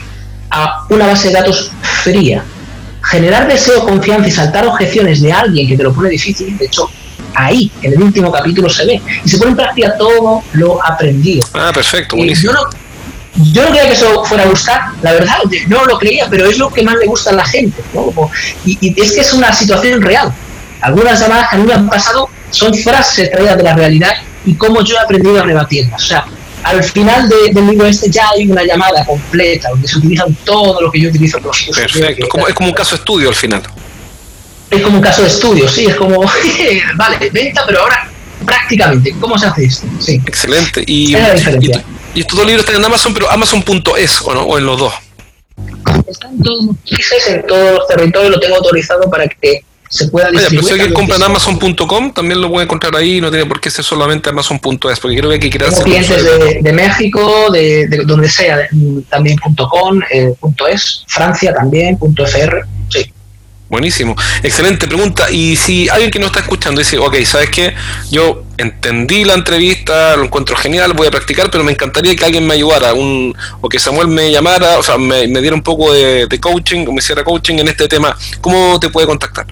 a una base de datos fría. Generar deseo, confianza y saltar objeciones de alguien que te lo pone difícil, de hecho, ahí, en el último capítulo se ve. Y se pone en práctica todo lo aprendido. Ah, perfecto, buenísimo. Eh, yo, no, yo no creía que eso fuera a gustar, la verdad, no lo creía, pero es lo que más le gusta a la gente, ¿no? Y, y es que es una situación real. Algunas llamadas que a mí me han pasado son frases traídas de la realidad y cómo yo he aprendido a rebatirlas. O sea, al final de, del libro este ya hay una llamada completa donde se utilizan todo lo que yo utilizo en los cursos. Perfecto, como, es como un caso de estudio al final. Es como un caso de estudio, sí, es como, vale, venta, pero ahora prácticamente, ¿cómo se hace esto? Sí. Excelente. Y, y, y estos dos libros están en Amazon, pero Amazon punto es, ¿o no? ¿O en los dos? Están en todos los países, en todos los territorios, lo tengo autorizado para que se pueda distribuir. Oye, pero si alguien compra en Amazon punto com, también lo puede encontrar ahí, no tiene por qué ser solamente Amazon punto es, porque creo que hay que crearse... Tengo clientes de, de México, de, de donde sea, de, también .com, eh, .es, Francia también, .fr, sí. Buenísimo, excelente pregunta. Y si alguien que no está escuchando dice, ok, ¿sabes qué? Yo entendí la entrevista, lo encuentro genial, voy a practicar, pero me encantaría que alguien me ayudara, un, o que Samuel me llamara, o sea, me, me diera un poco de, de coaching, o me hiciera coaching en este tema. ¿Cómo te puede contactar?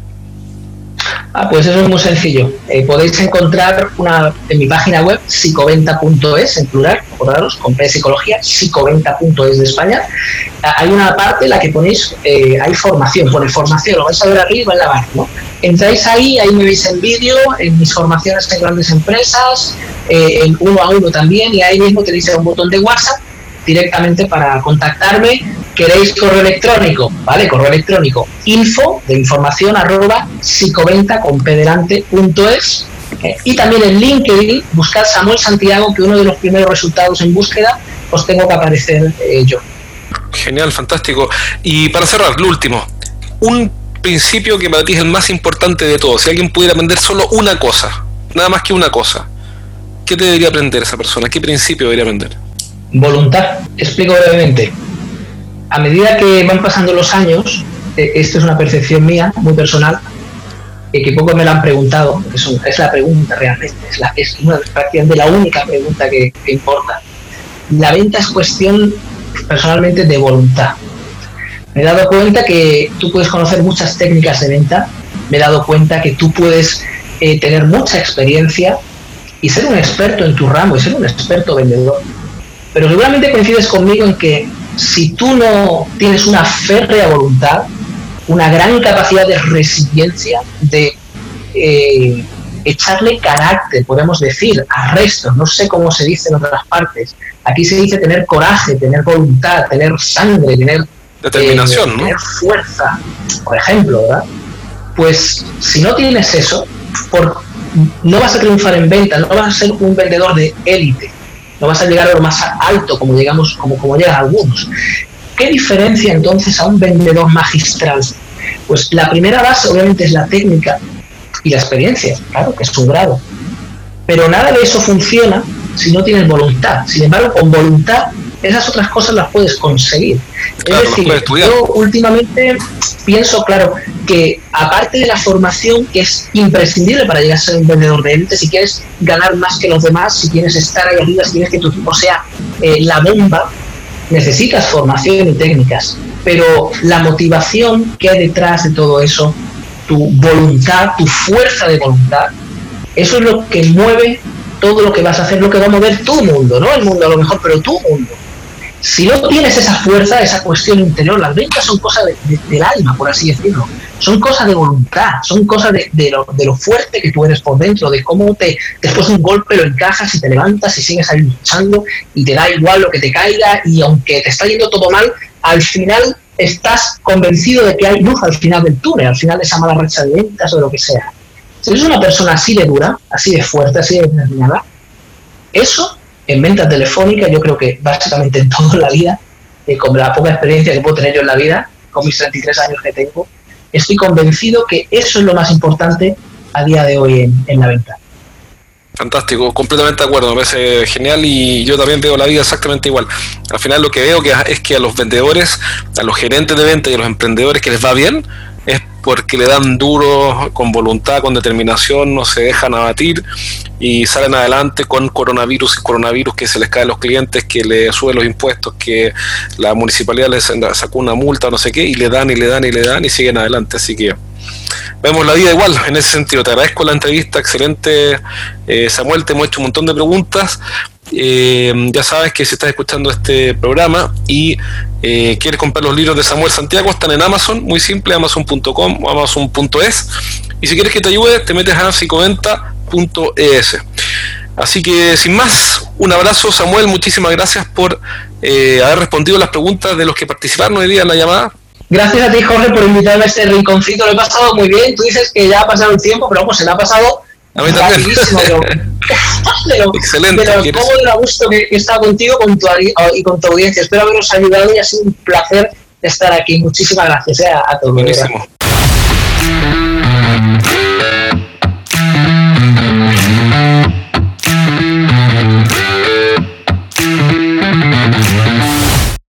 Ah, pues eso es muy sencillo. Eh, podéis encontrar una en mi página web, psicoventa punto es, en plural, acordaros, con P de psicología, psicoventa punto es de España. Ah, hay una parte en la que ponéis, eh, hay formación, pone formación, lo vais a ver arriba en la barra, ¿no? Entráis ahí, ahí me veis en vídeo, en mis formaciones en grandes empresas, eh, en uno a uno también, y ahí mismo tenéis un botón de WhatsApp directamente para contactarme. ¿Queréis correo electrónico? ¿Vale? Correo electrónico info de información arroba psicoventa con p delante punto es, eh, y también en LinkedIn buscad Samuel Santiago, que uno de los primeros resultados en búsqueda os tengo que aparecer eh, yo. Genial, fantástico. Y para cerrar, lo último, un principio que para ti es el más importante de todo. Si alguien pudiera aprender solo una cosa, nada más que una cosa, ¿qué te debería aprender esa persona? ¿Qué principio debería aprender? Voluntad. Explico brevemente. A medida que van pasando los años, eh, esto es una percepción mía, muy personal, eh, que pocos me la han preguntado, es, un, es la pregunta realmente, es, la, es una prácticamente la única pregunta que, que importa. La venta es cuestión personalmente de voluntad. Me he dado cuenta que tú puedes conocer muchas técnicas de venta, me he dado cuenta que tú puedes eh, tener mucha experiencia y ser un experto en tu ramo y ser un experto vendedor. Pero seguramente coincides conmigo en que si tú no tienes una férrea voluntad, una gran capacidad de resiliencia, de eh, echarle carácter, podemos decir, arrestos, no sé cómo se dice en otras partes. Aquí se dice tener coraje, tener voluntad, tener sangre, tener determinación, eh, ¿no? Tener fuerza, por ejemplo, ¿verdad? Pues si no tienes eso, por, no vas a triunfar en venta, no vas a ser un vendedor de élite, no vas a llegar a lo más alto como llegamos, como, como llegan algunos. ¿Qué diferencia entonces a un vendedor magistral? Pues la primera base obviamente es la técnica y la experiencia, claro, que es un grado. Pero nada de eso funciona si no tienes voluntad. Sin embargo, con voluntad, esas otras cosas las puedes conseguir. Claro, es decir, yo últimamente pienso, claro, que aparte de la formación, que es imprescindible para llegar a ser un vendedor de élite, si quieres ganar más que los demás, si quieres estar ahí arriba, si quieres que tu equipo sea eh, la bomba, necesitas formación y técnicas. Pero la motivación que hay detrás de todo eso, tu voluntad, tu fuerza de voluntad, eso es lo que mueve todo lo que vas a hacer, lo que va a mover tu mundo, no el mundo a lo mejor, pero tu mundo. Si no tienes esa fuerza, esa cuestión interior, las ventas son cosas de, de, del alma, por así decirlo. Son cosas de voluntad, son cosas de, de, lo, de lo fuerte que tú eres por dentro, de cómo te después de un golpe lo encajas y te levantas y sigues ahí luchando y te da igual lo que te caiga, y aunque te está yendo todo mal, al final estás convencido de que hay luz al final del túnel, al final de esa mala racha de ventas o de lo que sea. Si eres una persona así de dura, así de fuerte, así de determinada, eso en venta telefónica, yo creo que básicamente en toda la vida, eh, con la poca experiencia que puedo tener yo en la vida, con mis treinta y tres años que tengo, estoy convencido que eso es lo más importante a día de hoy en, en la venta. Fantástico, completamente de acuerdo, me parece genial, y yo también veo la vida exactamente igual. Al final lo que veo que es que a los vendedores, a los gerentes de venta y a los emprendedores que les va bien, es porque le dan duro, con voluntad, con determinación, no se dejan abatir y salen adelante con coronavirus y coronavirus, que se les caen los clientes, que le suben los impuestos, que la municipalidad les sacó una multa o no sé qué, y le dan y le dan y le dan y siguen adelante. Así que vemos la vida igual en ese sentido. Te agradezco la entrevista, excelente, eh, Samuel, te hemos hecho un montón de preguntas. Eh, ya sabes que si estás escuchando este programa y eh, quieres comprar los libros de Samuel Santiago, están en Amazon, muy simple, amazon punto com o amazon punto es, y si quieres que te ayude, te metes a psicoventa punto es. Así que sin más, un abrazo, Samuel, muchísimas gracias por eh, haber respondido las preguntas de los que participaron hoy día en la llamada. Gracias a ti, Jorge, por invitarme a este rinconcito. Lo he pasado muy bien. Tú dices que ya ha pasado el tiempo, pero vamos, se me ha pasado a mí también. rapidísimo. De lo, de lo, excelente. De lo cómodo y de gusto que he estado contigo con tu, y con tu audiencia. Espero haberos ayudado y ha sido un placer estar aquí. Muchísimas gracias eh, a todos. Buenísimo.